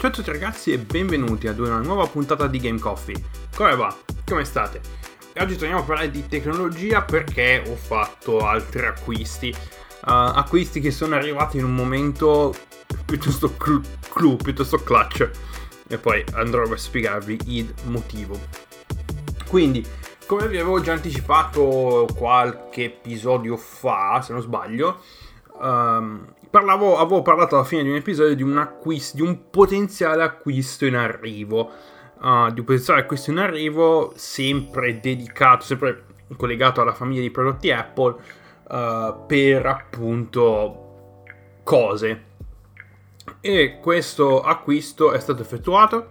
Ciao a tutti ragazzi e benvenuti ad una nuova puntata di Game Coffee. Come va? Come state? E oggi torniamo a parlare di tecnologia perché ho fatto altri acquisti. Acquisti che sono arrivati in un momento piuttosto piuttosto clutch. E poi andrò a spiegarvi il motivo. Quindi, come vi avevo già anticipato qualche episodio fa, se non sbaglio, avevo parlato alla fine di un episodio di un potenziale acquisto in arrivo. Sempre dedicato, sempre collegato alla famiglia di prodotti Apple, per appunto cose. E questo acquisto è stato effettuato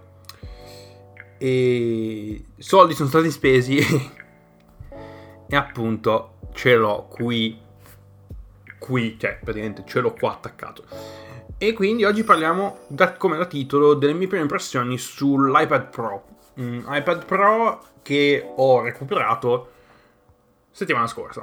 e soldi sono stati spesi e appunto ce l'ho qui, cioè praticamente ce l'ho qua attaccato. E quindi oggi parliamo, come da titolo, delle mie prime impressioni sull'iPad Pro. iPad Pro che ho recuperato settimana scorsa.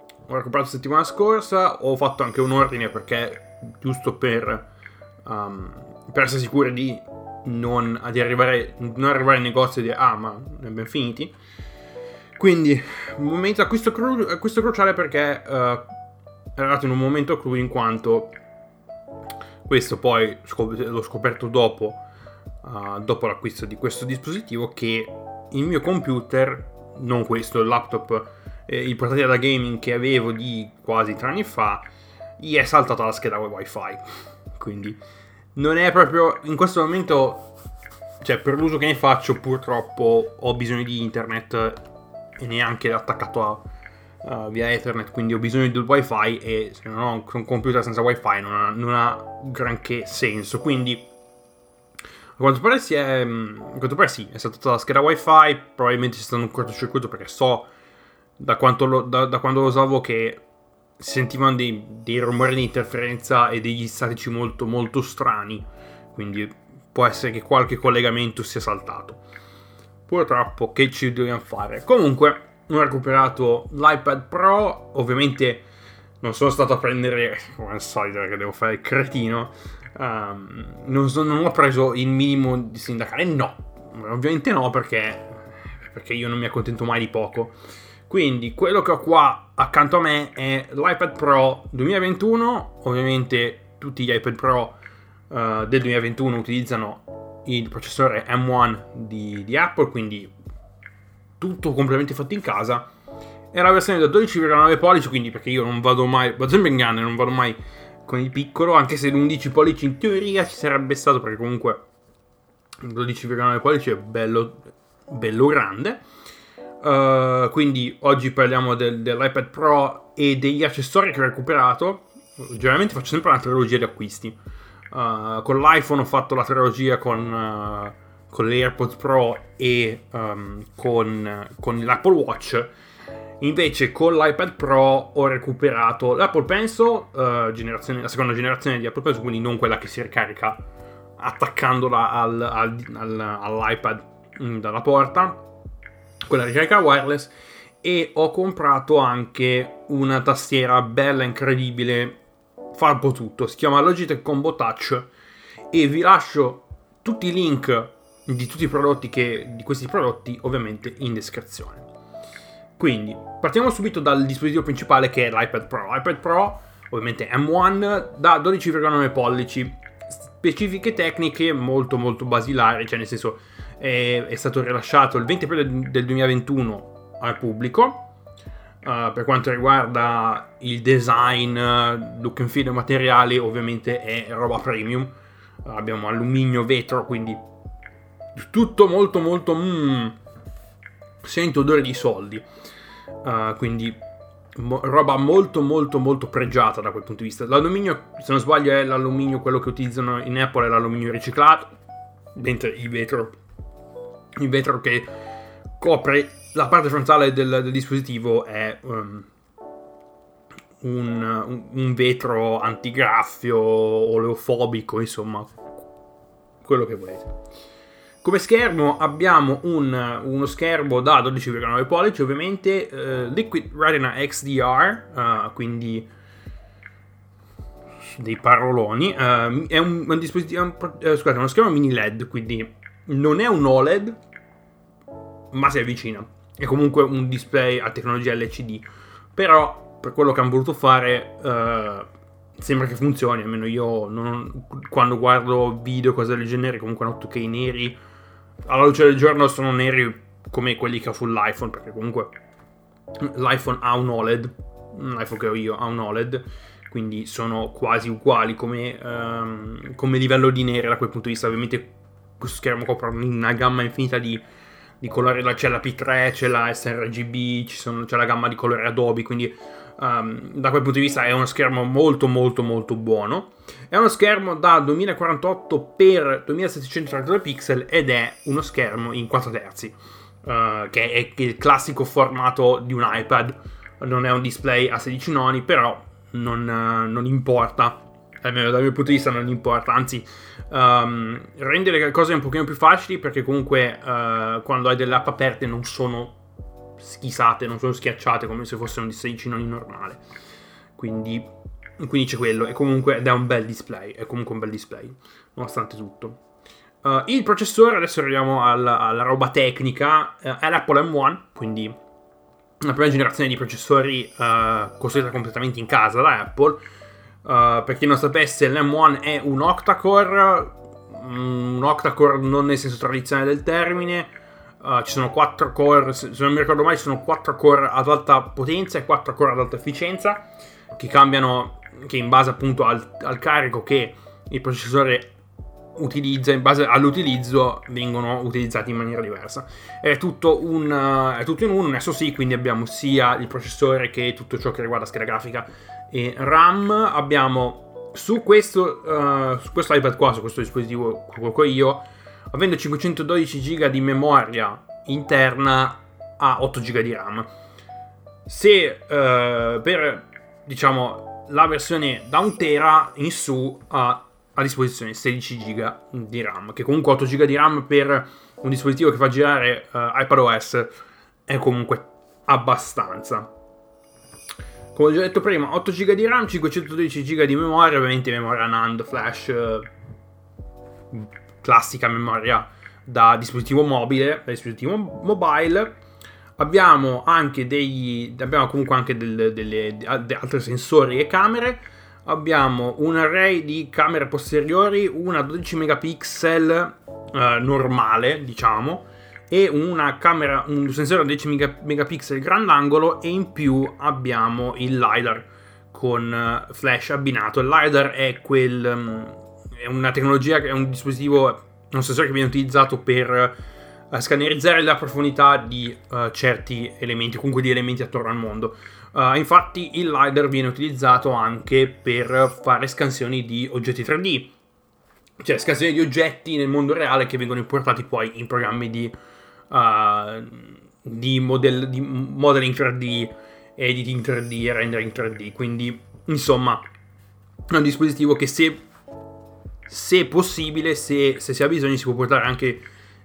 Ho fatto anche un ordine perché, giusto per essere sicuri di non arrivare ai negozi e dire ma ne abbiamo finiti. Quindi un momento acquisto cruciale perché è arrivato in un momento clou, in quanto questo poi l'ho scoperto dopo l'acquisto di questo dispositivo, che il mio computer, non questo, il laptop, il portatile da gaming che avevo di quasi 3 anni fa, gli è saltata la scheda Wi-Fi. Quindi non è proprio in questo momento, cioè per l'uso che ne faccio, purtroppo ho bisogno di internet e neanche attaccato via Ethernet, quindi ho bisogno del Wi-Fi e se non ho un computer senza Wi-Fi non ha granché senso. Quindi a quanto pare sì, è saltata la scheda Wi-Fi. Probabilmente c'è stato un cortocircuito perché so da quando lo usavo che si sentivano dei rumori di interferenza e degli statici molto molto strani, quindi può essere che qualche collegamento sia saltato. Purtroppo, che ci dobbiamo fare? Comunque ho recuperato l'iPad Pro. Ovviamente non sono stato a prendere, come al solito, perché devo fare il cretino. Non ho preso il minimo di sindacale, no, ovviamente no, perché io non mi accontento mai di poco. Quindi quello che ho qua accanto a me è l'iPad Pro 2021. Ovviamente tutti gli iPad Pro del 2021 utilizzano il processore M1 di Apple, quindi tutto completamente fatto in casa. È la versione da 12,9 pollici, quindi perché io vado sempre in grande, non vado mai con il piccolo, anche se l'11 pollici in teoria ci sarebbe stato, perché comunque il 12,9 pollici è bello grande. Quindi oggi parliamo dell'iPad Pro e degli accessori che ho recuperato. Generalmente faccio sempre una trilogia di acquisti. Con l'iPhone ho fatto la trilogia con le AirPods Pro e con l'Apple Watch. Invece con l'iPad Pro ho recuperato l'Apple Pencil, la seconda generazione di Apple Pencil, quindi non quella che si ricarica attaccandola all'iPad dalla porta, quella ricarica wireless. E ho comprato anche una tastiera bella, incredibile, fa un po' tutto, si chiama Logitech Combo Touch, e vi lascio tutti i link di tutti i prodotti di questi prodotti ovviamente in descrizione. Quindi partiamo subito dal dispositivo principale, che è l'iPad Pro. L'iPad Pro ovviamente M1 da 12,9 pollici, specifiche tecniche molto molto basilari, cioè nel senso è stato rilasciato il 20 aprile del 2021 al pubblico. Per quanto riguarda il design, look and feel e materiali, ovviamente è roba premium. Abbiamo alluminio, vetro, quindi tutto molto molto sento odore di soldi. Quindi roba molto molto molto pregiata da quel punto di vista. L'alluminio, se non sbaglio, è l'alluminio quello che utilizzano in Apple, è l'alluminio riciclato, mentre il vetro che copre la parte frontale del dispositivo è un vetro antigraffio, oleofobico, insomma, quello che volete. Come schermo abbiamo uno schermo da 12,9 pollici, ovviamente Liquid Retina XDR, quindi dei paroloni. È un dispositivo, scusate, uno schermo mini LED, quindi non è un OLED, ma si avvicina. È comunque un display a tecnologia LCD, però per quello che hanno voluto fare sembra che funzioni. Almeno io quando guardo video, cose del genere, comunque hanno 8K neri, alla luce del giorno sono neri come quelli che ho sull'iPhone, perché comunque l'iPhone ha un OLED, l'iPhone che ho io ha un OLED, quindi sono quasi uguali come livello di nere da quel punto di vista. Ovviamente questo schermo copre una gamma infinita di colori, c'è la P3, c'è la sRGB, c'è la gamma di colori Adobe, quindi da quel punto di vista è uno schermo molto molto molto buono. È uno schermo da 2048 x 2732 pixel ed è uno schermo in 4 terzi, che è il classico formato di un iPad. Non è un display a 16 noni, però non importa, almeno dal mio punto di vista non importa, anzi rende le cose un pochino più facili, perché comunque quando hai delle app aperte non sono schisate, non sono schiacciate come se fosse un 16 noni normale, quindi c'è quello, ed è un bel display, nonostante tutto. Il processore, adesso arriviamo alla roba tecnica, è l'Apple M1, quindi la prima generazione di processori costruita completamente in casa da Apple. Per chi non sapesse, l'M1 è un octa-core non nel senso tradizionale del termine. Ci sono 4 core, se non mi ricordo mai, ci sono 4 core ad alta potenza e 4 core ad alta efficienza, che cambiano, che in base appunto al carico che il processore utilizza, in base all'utilizzo vengono utilizzati in maniera diversa. È tutto in uno, un SoC, quindi abbiamo sia il processore che tutto ciò che riguarda scheda grafica e RAM. Abbiamo su questo iPad qua, su questo dispositivo che ho io, avendo 512 GB di memoria interna a 8 GB di RAM. Se per diciamo la versione da 1 tera in su ha a disposizione 16 GB di RAM, che comunque 8 GB di RAM per un dispositivo che fa girare iPadOS è comunque abbastanza. Come ho già detto prima, 8 GB di RAM, 512 GB di memoria, ovviamente memoria NAND, flash, classica memoria da dispositivo mobile, Abbiamo comunque anche delle altri sensori e camere. Abbiamo un array di camere posteriori, una 12 megapixel normale, diciamo, e un sensore a 10 megapixel grandangolo, e in più abbiamo il LiDAR con flash abbinato. Il LiDAR è una tecnologia, è un dispositivo, un sensore che viene utilizzato per scannerizzare la profondità di certi elementi, comunque di elementi attorno al mondo. Infatti il LiDAR viene utilizzato anche per fare scansioni di oggetti 3D, cioè scansioni di oggetti nel mondo reale che vengono importati poi in programmi di modeling 3D, editing 3D e rendering 3D. Quindi insomma è un dispositivo che se possibile, se si ha bisogno, si può portare anche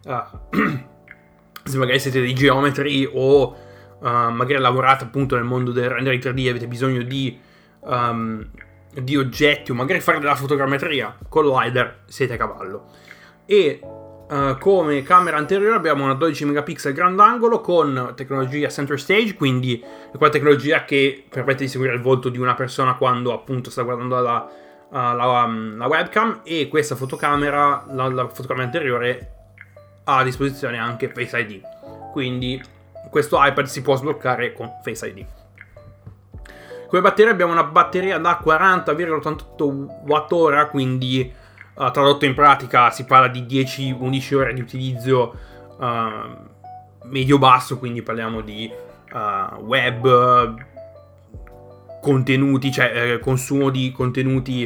se magari siete dei geometri o magari lavorate appunto nel mondo del rendering 3D e avete bisogno di oggetti, o magari fare della fotogrammetria con LiDAR, siete a cavallo. E come camera anteriore abbiamo una 12 megapixel grandangolo con tecnologia center stage, quindi è quella tecnologia che permette di seguire il volto di una persona quando appunto sta guardando la webcam. E questa fotocamera, la fotocamera anteriore, ha a disposizione anche Face ID, quindi questo iPad si può sbloccare con Face ID. Come batteria abbiamo una batteria da 40,88 Wh, quindi tradotto in pratica si parla di 10-11 ore di utilizzo medio-basso, quindi parliamo di web, contenuti, cioè consumo di contenuti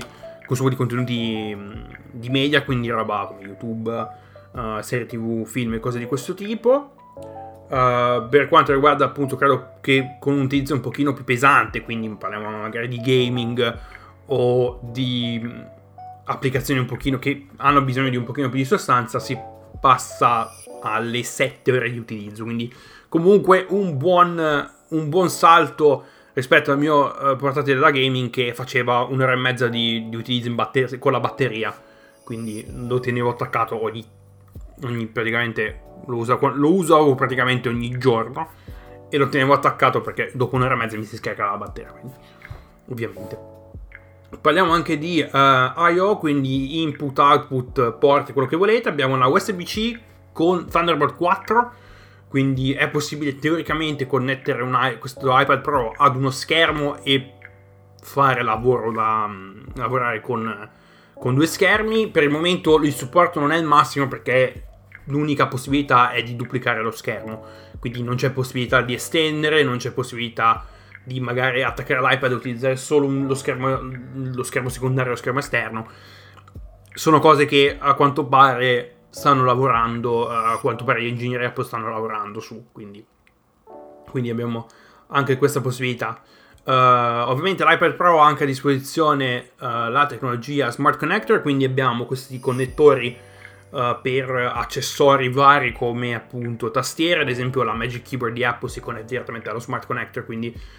di media, quindi roba come YouTube, serie TV, film e cose di questo tipo. Per quanto riguarda appunto, credo che con un utilizzo un pochino più pesante, quindi parliamo magari di gaming o di applicazioni un pochino che hanno bisogno di un pochino più di sostanza, si passa alle 7 ore di utilizzo. Quindi comunque un buon salto rispetto al mio portatile da gaming che faceva 1 ora e mezza di utilizzo con la batteria, quindi lo tenevo attaccato ogni praticamente lo usavo praticamente ogni giorno e lo tenevo attaccato perché dopo 1 ora e mezza mi si scaricava la batteria, quindi ovviamente. Parliamo anche di I/O, quindi input, output, port, quello che volete. Abbiamo una USB-C con Thunderbolt 4, quindi è possibile teoricamente connettere questo iPad Pro ad uno schermo e fare lavorare con 2 schermi. Per il momento il supporto non è il massimo perché l'unica possibilità è di duplicare lo schermo, quindi non c'è possibilità di estendere, non c'è possibilità di magari attaccare l'iPad e utilizzare solo lo schermo secondario e lo schermo esterno. Sono cose che a quanto pare stanno lavorando, a quanto pare gli ingegneri Apple stanno lavorando su, quindi abbiamo anche questa possibilità. Ovviamente l'iPad Pro ha anche a disposizione la tecnologia Smart Connector, quindi abbiamo questi connettori per accessori vari come appunto tastiere. Ad esempio la Magic Keyboard di Apple si connette direttamente allo Smart Connector, quindi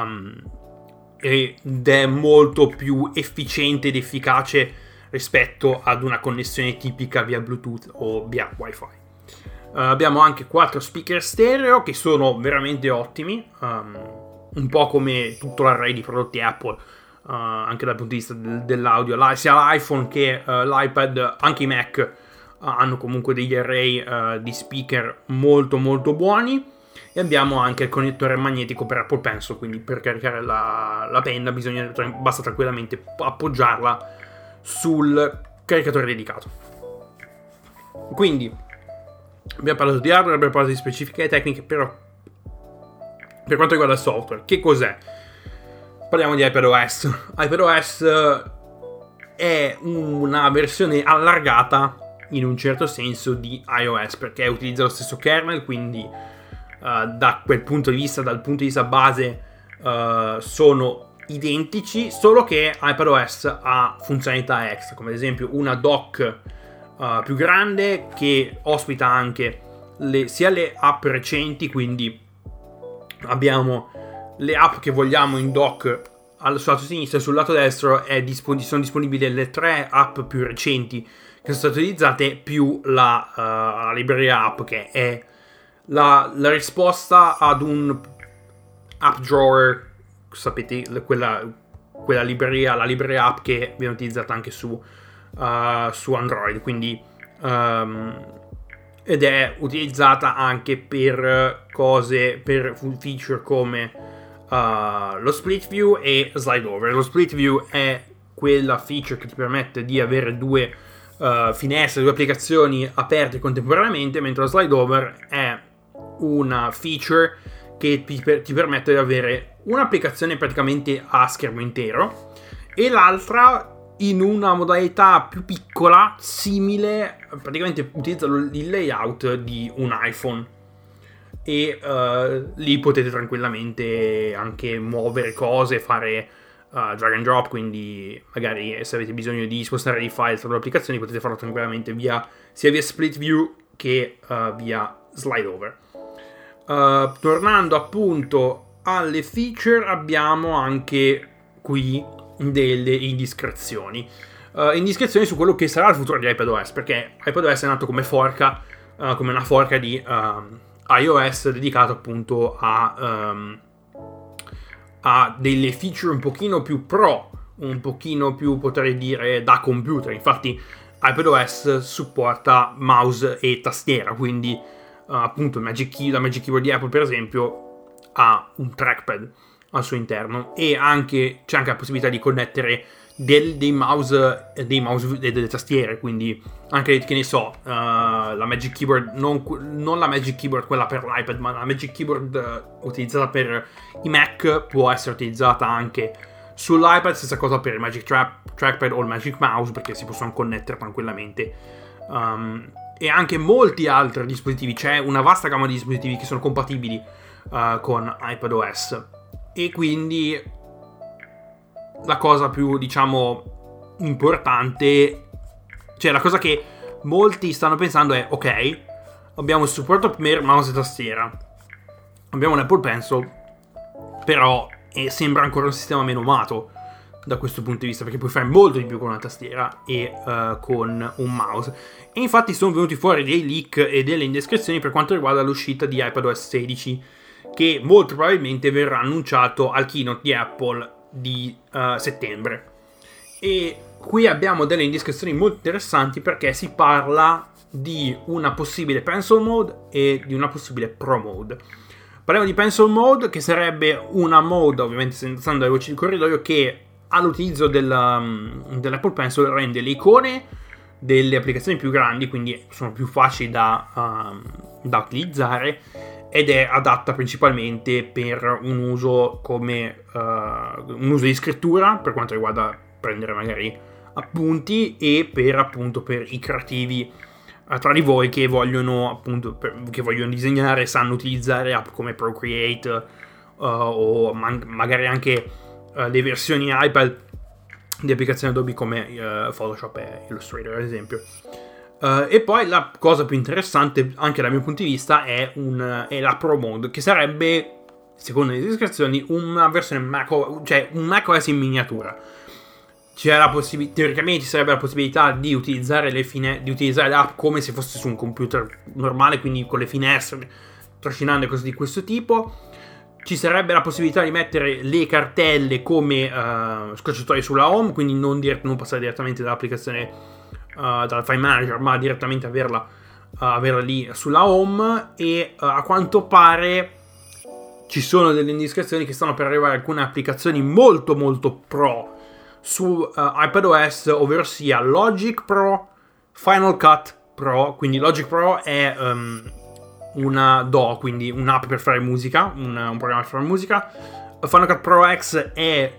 ed è molto più efficiente ed efficace rispetto ad una connessione tipica via Bluetooth o via Wi-Fi. Abbiamo anche 4 speaker stereo che sono veramente ottimi, un po' come tutto l'array di prodotti Apple, anche dal punto di vista dell'audio. Sia l'iPhone che l'iPad, anche i Mac, hanno comunque degli array di speaker molto molto buoni. E abbiamo anche il connettore magnetico per Apple Pencil, quindi per caricare la penna basta tranquillamente appoggiarla sul caricatore dedicato. Quindi abbiamo parlato di hardware, abbiamo parlato di specifiche tecniche, però per quanto riguarda il software, che cos'è? Parliamo di iPadOS. iPadOS è una versione allargata in un certo senso di iOS, perché utilizza lo stesso kernel, quindi da quel punto di vista, dal punto di vista base, sono identici, solo che iPadOS ha funzionalità extra, come ad esempio una dock più grande che ospita anche sia le app recenti, quindi abbiamo le app che vogliamo in dock sul lato sinistro, e sul lato destro sono disponibili le 3 app più recenti che sono state utilizzate, più la libreria app, che è la risposta ad un app drawer, sapete, quella libreria, la libreria app che viene utilizzata anche su Android, quindi ed è utilizzata anche per feature come lo split view e slide over. Lo split view è quella feature che ti permette di avere 2 finestre, 2 applicazioni aperte contemporaneamente, mentre lo slide over è una feature che ti permette di avere un'applicazione praticamente a schermo intero e l'altra in una modalità più piccola, simile, praticamente utilizza il layout di un iPhone, e lì potete tranquillamente anche muovere cose, fare drag and drop, quindi magari se avete bisogno di spostare i file tra le applicazioni potete farlo tranquillamente sia via split view che via slide over. Tornando appunto alle feature, abbiamo anche qui delle indiscrezioni su quello che sarà il futuro di iPadOS, perché iPadOS è nato come una forca di iOS dedicato appunto a delle feature un pochino più pro, un pochino più, potrei dire, da computer. Infatti iPadOS supporta mouse e tastiera, quindi appunto la Magic Keyboard di Apple per esempio ha un trackpad al suo interno, e c'è anche la possibilità di connettere dei mouse e delle tastiere, quindi anche, che ne so, la Magic Keyboard, non la Magic Keyboard quella per l'iPad, ma la Magic Keyboard utilizzata per i Mac può essere utilizzata anche sull'iPad. Stessa cosa per il Magic Trackpad o il Magic Mouse, perché si possono connettere tranquillamente, e anche molti altri dispositivi. C'è una vasta gamma di dispositivi che sono compatibili con iPadOS, e quindi la cosa più, diciamo, importante, cioè la cosa che molti stanno pensando è: ok, abbiamo il supporto per mouse e tastiera, abbiamo un Apple Pencil, però e sembra ancora un sistema meno amato da questo punto di vista, perché puoi fare molto di più con una tastiera e con un mouse. E infatti sono venuti fuori dei leak e delle indiscrezioni per quanto riguarda l'uscita di iPadOS 16, che molto probabilmente verrà annunciato al keynote di Apple di settembre. E qui abbiamo delle indiscrezioni molto interessanti, perché si parla di una possibile Pencil Mode e di una possibile Pro Mode. Parliamo di Pencil Mode, che sarebbe una mode, ovviamente stando alle voci di corridoio, che all'utilizzo dell'Apple Pencil rende le icone delle applicazioni più grandi, quindi sono più facili da utilizzare, ed è adatta principalmente per un uso come un uso di scrittura, per quanto riguarda prendere magari appunti, e per i creativi tra di voi che vogliono che vogliono disegnare, sanno utilizzare app come Procreate o magari anche le versioni iPad di applicazioni Adobe come Photoshop e Illustrator, ad esempio. E poi la cosa più interessante, anche dal mio punto di vista, è la Pro Mode, che sarebbe, secondo le descrizioni, una versione cioè un macOS in miniatura. Teoricamente ci sarebbe la possibilità di utilizzare le app come se fosse su un computer normale, quindi con le finestre, trascinando e cose di questo tipo. Ci sarebbe la possibilità di mettere le cartelle come scorciatoie sulla home, quindi non passare direttamente dall'applicazione dal File Manager, ma direttamente averla lì sulla home. E a quanto pare ci sono delle indiscrezioni che stanno per arrivare alcune applicazioni molto molto pro su iPadOS, ovvero sia Logic Pro, Final Cut Pro. Quindi Logic Pro è una DAW, quindi un'app per fare musica, un programma per fare musica. Final Cut Pro X è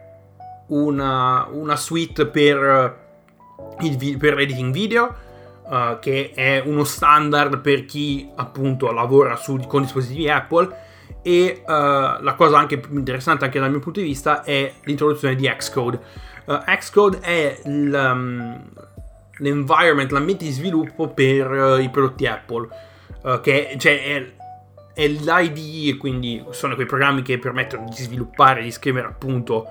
una suite per l'editing video, che è uno standard per chi appunto lavora con dispositivi Apple. E la cosa anche più interessante, anche dal mio punto di vista, è l'introduzione di Xcode. Xcode è l'environment, l'ambiente di sviluppo per i prodotti Apple, che è l'IDE, quindi sono quei programmi che permettono di sviluppare, di scrivere appunto,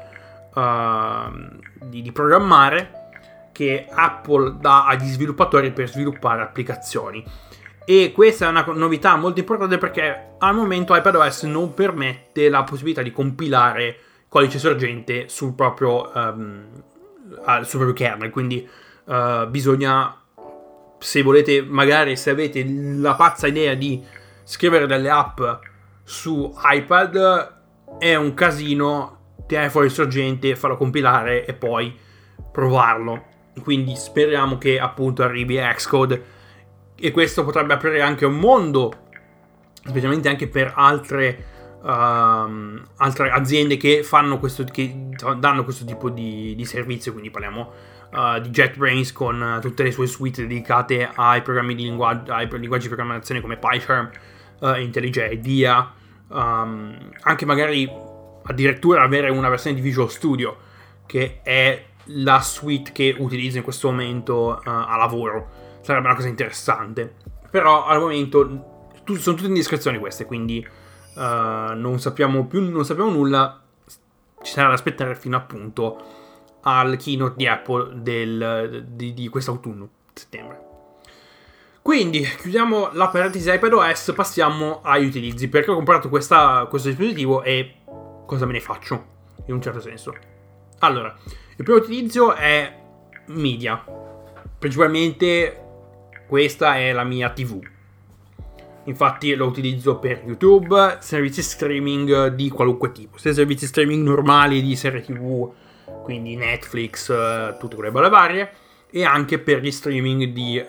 di programmare, che Apple dà agli sviluppatori per sviluppare applicazioni. E questa è una novità molto importante, perché al momento iPadOS non permette la possibilità di compilare codice sorgente sul proprio kernel, quindi bisogna, se avete la pazza idea di scrivere delle app su iPad, è un casino tirare fuori il sorgente, farlo compilare e poi provarlo. Quindi speriamo che appunto arrivi Xcode, e questo potrebbe aprire anche un mondo, specialmente anche per altre aziende che danno questo tipo di servizio. Quindi parliamo di JetBrains con tutte le sue suite dedicate ai programmi di linguaggio, ai linguaggi di programmazione come Python, IntelliJ IDEA, anche magari addirittura avere una versione di Visual Studio, che è la suite che utilizzo in questo momento a lavoro. Sarebbe una cosa interessante, però al momento sono tutte indiscrezioni queste, quindi non sappiamo nulla. Ci sarà da aspettare fino appunto al keynote di Apple di quest'autunno, settembre. Quindi chiudiamo la parentesi iPadOS, passiamo agli utilizzi, perché ho comprato questo dispositivo e cosa me ne faccio, in un certo senso. Allora, il primo utilizzo è media. Principalmente questa è la mia TV. Infatti lo utilizzo per YouTube, servizi streaming di qualunque tipo, sia servizi streaming normali di serie TV, quindi Netflix, tutte quelle belle varie, e anche per gli streaming di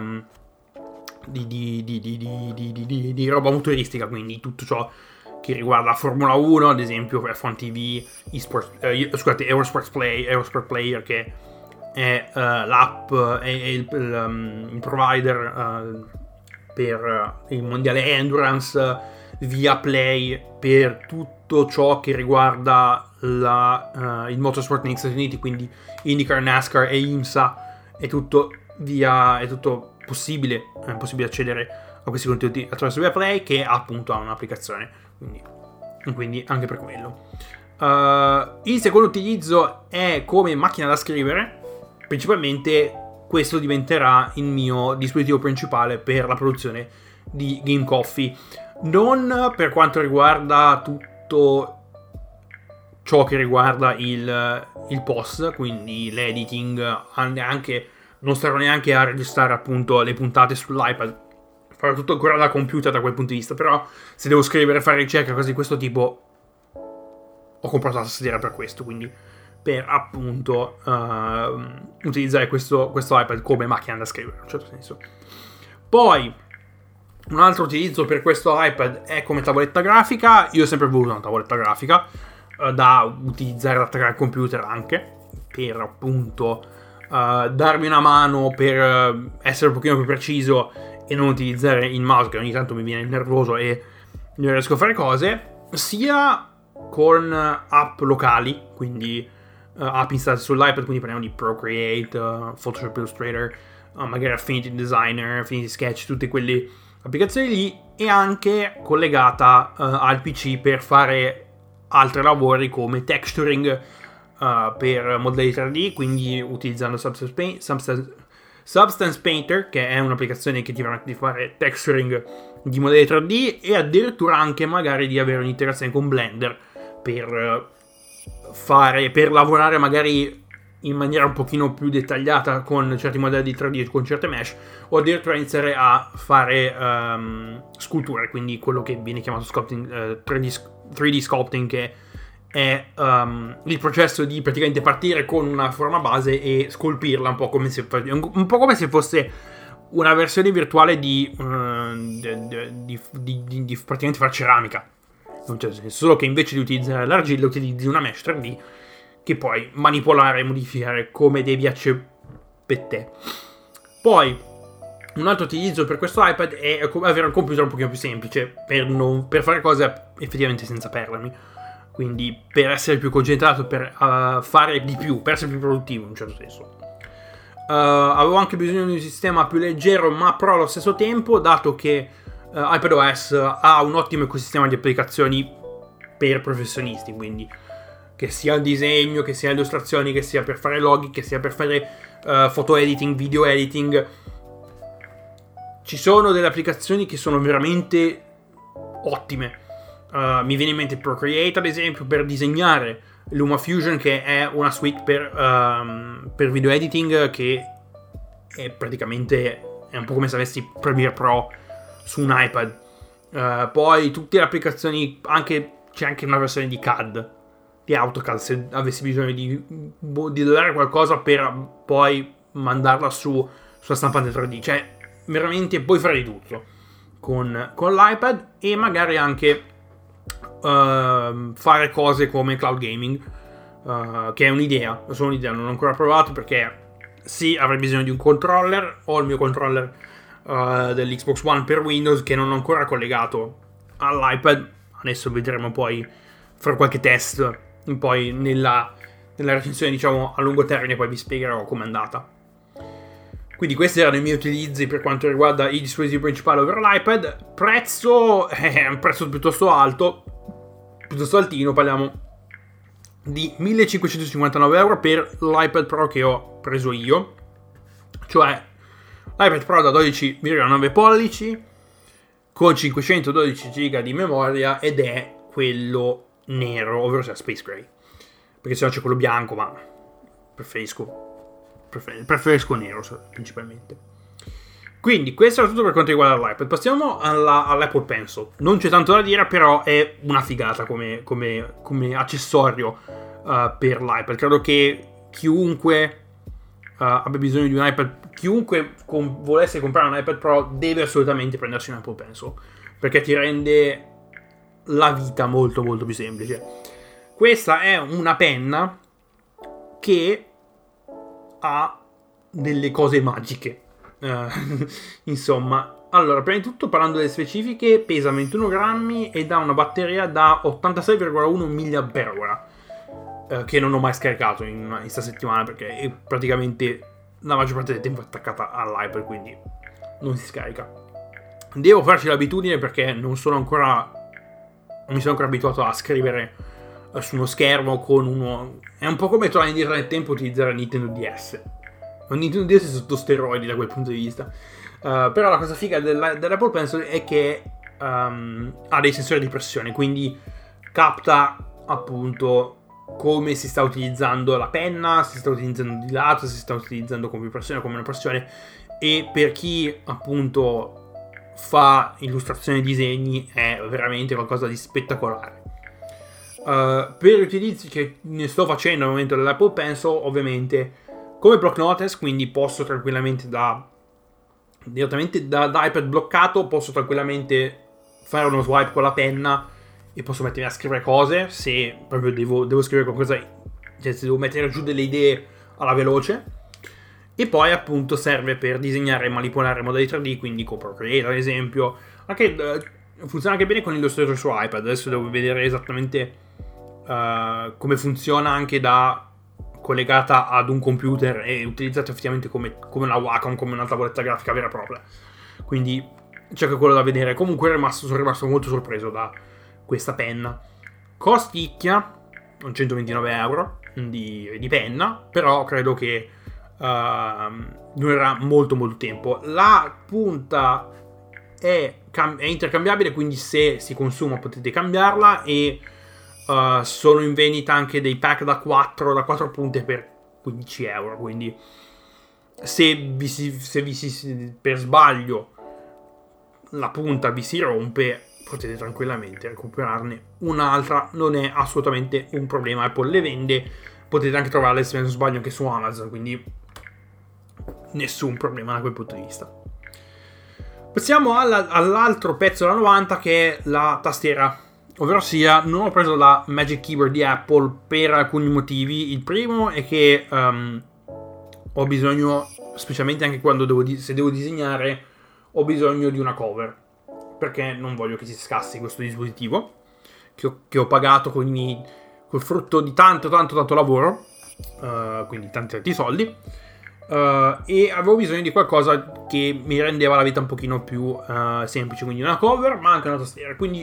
roba motoristica, quindi tutto ciò che riguarda Formula 1, ad esempio F1 TV, Eurosport Player, che è l'app, è il provider per il mondiale Endurance, via Play per tutto ciò che riguarda il motorsport negli Stati Uniti, quindi IndyCar, NASCAR e IMSA. È tutto possibile, è possibile accedere a questi contenuti attraverso via Play, che appunto ha un'applicazione, quindi anche per quello. Il secondo utilizzo è come macchina da scrivere. Principalmente questo diventerà il mio dispositivo principale per la produzione di Game Coffee. Non per quanto riguarda tutto ciò che riguarda il post, quindi l'editing, anche non starò neanche a registrare appunto le puntate sull'iPad, farò tutto ancora da computer da quel punto di vista. Però se devo scrivere, fare ricerche, cose di questo tipo, ho comprato la tastiera per questo, quindi per appunto utilizzare questo iPad come macchina da scrivere in un certo senso. Poi un altro utilizzo per questo iPad è come tavoletta grafica. Io ho sempre voluto una tavoletta grafica da utilizzare da attaccare al computer, anche per appunto darmi una mano per essere un pochino più preciso e non utilizzare il mouse che ogni tanto mi viene nervoso e non riesco a fare cose, sia con app locali, quindi app installate sull'iPad, quindi parliamo di Procreate, Photoshop Illustrator, magari Affinity Designer, Affinity Sketch, tutte quelle applicazioni lì, e anche collegata al PC per fare altri lavori come texturing per modelli 3D, quindi utilizzando Substance Painter, che è un'applicazione che ti permette di fare texturing di modelli 3D, e addirittura anche magari di avere un'integrazione con Blender per lavorare magari in maniera un pochino più dettagliata con certi modelli 3D, con certe mesh, o addirittura iniziare a fare sculture, quindi quello che viene chiamato sculpting, 3D sculpting, che è il processo di praticamente partire con una forma base e scolpirla un po' come se fosse una versione virtuale di praticamente fare ceramica, solo che invece di utilizzare l'argilla utilizzi una mesh 3D che puoi manipolare e modificare come devi per te. Poi un altro utilizzo per questo iPad è avere un computer un pochino più semplice per fare cose effettivamente senza perdermi, quindi per essere più concentrato, per fare di più, per essere più produttivo in un certo senso. Avevo anche bisogno di un sistema più leggero ma pro allo stesso tempo, dato che iPadOS ha un ottimo ecosistema di applicazioni per professionisti, quindi che sia il disegno, che sia illustrazioni, che sia per fare loghi, che sia per fare photo editing, video editing. Ci sono delle applicazioni che sono veramente ottime. Mi viene in mente Procreate, ad esempio, per disegnare, LumaFusion, che è una suite per video editing, che è praticamente un po' come se avessi Premiere Pro su un iPad. Poi tutte le applicazioni, c'è anche una versione di CAD, di AutoCAD, se avessi bisogno di dare qualcosa per poi mandarla sulla stampante 3D. Cioè veramente puoi fare di tutto con l'iPad, e magari anche fare cose come cloud gaming, che è un'idea, non ho ancora provato, perché sì, avrei bisogno di un controller. Ho il mio controller dell'Xbox One per Windows che non ho ancora collegato all'iPad. Adesso vedremo poi, farò qualche test poi nella recensione, diciamo, a lungo termine, poi vi spiegherò com'è andata. Quindi questi erano i miei utilizzi per quanto riguarda i dispositivi principali ovvero l'iPad. Prezzo è un prezzo piuttosto alto, piuttosto altino, parliamo di 1.559 euro per l'iPad Pro che ho preso io, cioè l'iPad Pro da 12,9 pollici con 512 GB di memoria, ed è quello nero, ovvero sia Space Gray, perché se no c'è quello bianco, ma preferisco nero principalmente. Quindi questo è tutto per quanto riguarda l'iPad. Passiamo all'Apple Pencil. Non c'è tanto da dire, però è una figata come accessorio per l'iPad. Credo che chiunque abbia bisogno di un iPad, chiunque volesse comprare un iPad Pro, deve assolutamente prendersi un Apple Pencil, perché ti rende la vita molto molto più semplice. Questa è una penna che ha delle cose magiche. Insomma, allora, prima di tutto, parlando delle specifiche, pesa 21 grammi ed ha una batteria da 86,1 mAh, che non ho mai scaricato in questa settimana, perché è praticamente la maggior parte del tempo attaccata all'iPad, quindi non si scarica. Devo farci l'abitudine, perché non mi sono ancora abituato a scrivere su uno schermo con uno... È un po' come tornare indietro nel tempo e utilizzare il Nintendo DS. Un Nintendo DS sotto steroidi da quel punto di vista. Però la cosa figa dell'Apple Pencil è che ha dei sensori di pressione, quindi capta appunto come si sta utilizzando la penna, se si sta utilizzando di lato, se si sta utilizzando con più pressione o con meno pressione. E per chi appunto fa illustrazione e disegni è veramente qualcosa di spettacolare. Per gli utilizzi che ne sto facendo al momento dell'Apple Pencil, ovviamente come block notice, quindi posso tranquillamente direttamente da iPad bloccato posso tranquillamente fare uno swipe con la penna e posso mettermi a scrivere cose se proprio devo scrivere qualcosa, cioè se devo mettere giù delle idee alla veloce. E poi appunto serve per disegnare e manipolare modelli 3D, quindi con Procreate ad esempio. Funziona anche bene con Illustrator su iPad. Adesso devo vedere esattamente come funziona anche collegata ad un computer e utilizzata effettivamente come una Wacom, come una tavoletta grafica vera e propria. Quindi c'è anche quello da vedere. Comunque sono rimasto molto sorpreso da questa penna. Costicchia 129 euro di penna, però credo che durerà molto molto tempo. La punta è intercambiabile, quindi se si consuma potete cambiarla, e sono in vendita anche dei pack da 4 punte per 15 euro, quindi se per sbaglio la punta vi si rompe potete tranquillamente recuperarne un'altra, non è assolutamente un problema. Apple le vende, potete anche trovarle se non sbaglio anche su Amazon, quindi nessun problema da quel punto di vista. Passiamo all'altro pezzo da 90, che è la tastiera. Ovvero sia, non ho preso la Magic Keyboard di Apple per alcuni motivi. Il primo è che ho bisogno, specialmente anche quando se devo disegnare, ho bisogno di una cover, perché non voglio che si scassi questo dispositivo che ho pagato col frutto di tanto lavoro, quindi tanti soldi, e avevo bisogno di qualcosa che mi rendeva la vita un pochino più semplice, quindi una cover ma anche una tastiera. Quindi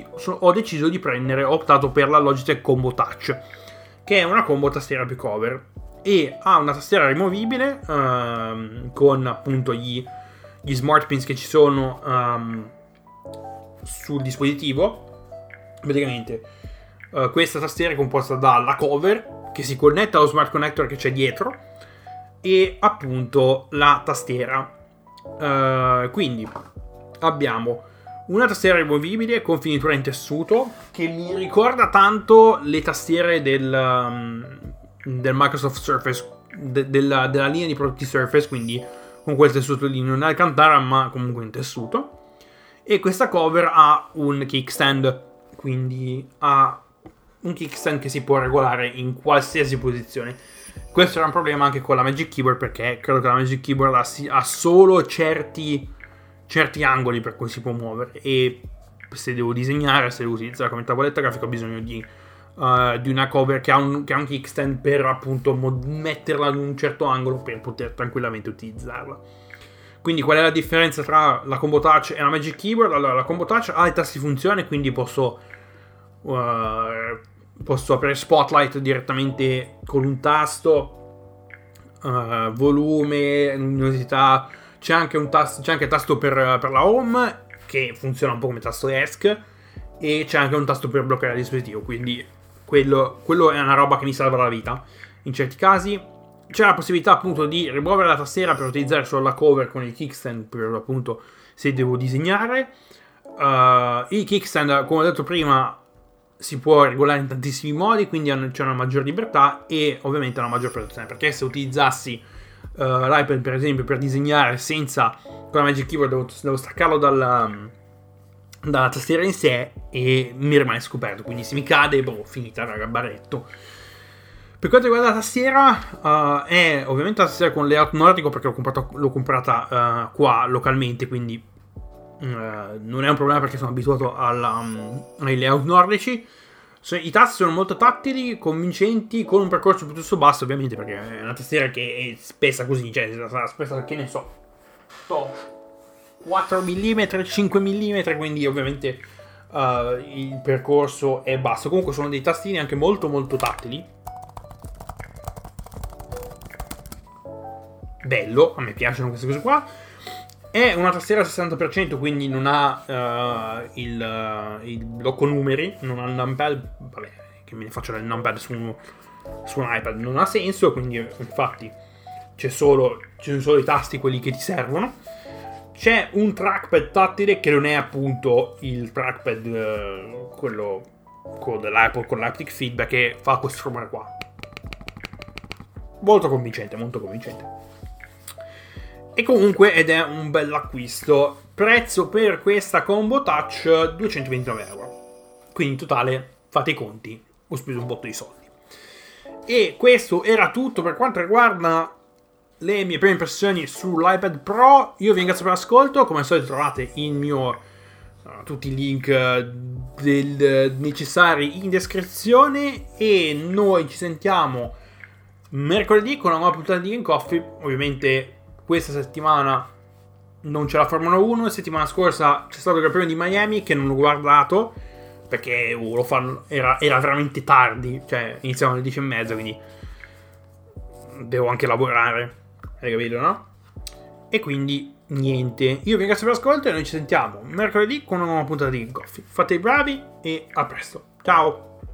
ho optato per la Logitech Combo Touch, che è una combo tastiera più cover, e ha una tastiera rimovibile con appunto gli smart pins che ci sono sul dispositivo. Praticamente questa tastiera è composta dalla cover che si connette allo smart connector che c'è dietro e appunto la tastiera. Quindi abbiamo una tastiera rimovibile con finitura in tessuto che mi ricorda tanto le tastiere del Microsoft Surface, della linea di prodotti Surface, quindi con quel tessuto lì, non è Alcantara ma comunque in tessuto. E questa cover ha un kickstand, quindi ha un kickstand che si può regolare in qualsiasi posizione. Questo era un problema anche con la Magic Keyboard, perché credo che la Magic Keyboard ha solo certi angoli per cui si può muovere, e se devo disegnare, se devo utilizzare come tavoletta grafica, ho bisogno di una cover che ha un kickstand per appunto metterla in un certo angolo per poter tranquillamente utilizzarla. Quindi qual è la differenza tra la Combo Touch e la Magic Keyboard? Allora, la Combo Touch ha i tasti funzione, quindi posso aprire Spotlight direttamente con un tasto, volume, luminosità. C'è anche il tasto per la home, che funziona un po' come tasto ESC, e c'è anche un tasto per bloccare il dispositivo, quindi quello è una roba che mi salva la vita in certi casi. C'è la possibilità appunto di rimuovere la tastiera per utilizzare solo la cover con il kickstand, per appunto se devo disegnare. Il kickstand, come ho detto prima, si può regolare in tantissimi modi, quindi c'è una maggior libertà e ovviamente una maggior protezione, perché se utilizzassi l'iPad per esempio per disegnare senza con la Magic Keyboard devo staccarlo dalla tastiera in sé e mi rimane scoperto, quindi se mi cade finita, raga, baretto. Per quanto riguarda la tastiera, è ovviamente la tastiera con layout nordico, perché l'ho comprata qua localmente, quindi non è un problema perché sono abituato ai layout nordici. I tasti sono molto tattili, convincenti, con un percorso piuttosto basso ovviamente, perché è una tastiera che è spessa così, cioè sarà spessa, che ne so, 4 mm, 5 mm, quindi ovviamente il percorso è basso. Comunque sono dei tastini anche molto molto tattili. Bello, a me piacciono queste cose qua. È una tastiera al 60%, quindi non ha il blocco numeri, non ha il numpad. Vabbè, che me ne faccio del numpad su un iPad, non ha senso, quindi infatti ci sono solo i tasti, quelli che ti servono. C'è un trackpad tattile che non è appunto il trackpad quello dell'Apple con l'haptic feedback, che fa questo rumore qua. Molto convincente, molto convincente. E comunque, ed è un bel acquisto. Prezzo per questa combo touch 229 euro. Quindi in totale, fate i conti, ho speso un botto di soldi. E questo era tutto per quanto riguarda le mie prime impressioni sull'iPad Pro. Io vi ringrazio per l'ascolto. Come al solito trovate il mio tutti i link necessari in descrizione. E noi ci sentiamo mercoledì con una nuova puntata di Game Coffee. Ovviamente questa settimana non c'è la Formula 1. La settimana scorsa c'è stato il Gran Premio di Miami, che non ho guardato perché era veramente tardi. Cioè iniziamo alle 10:30, quindi devo anche lavorare, hai capito, no? E quindi niente, io vi ringrazio per l'ascolto e noi ci sentiamo mercoledì con una nuova puntata di Game Coffee. Fate i bravi e a presto, ciao!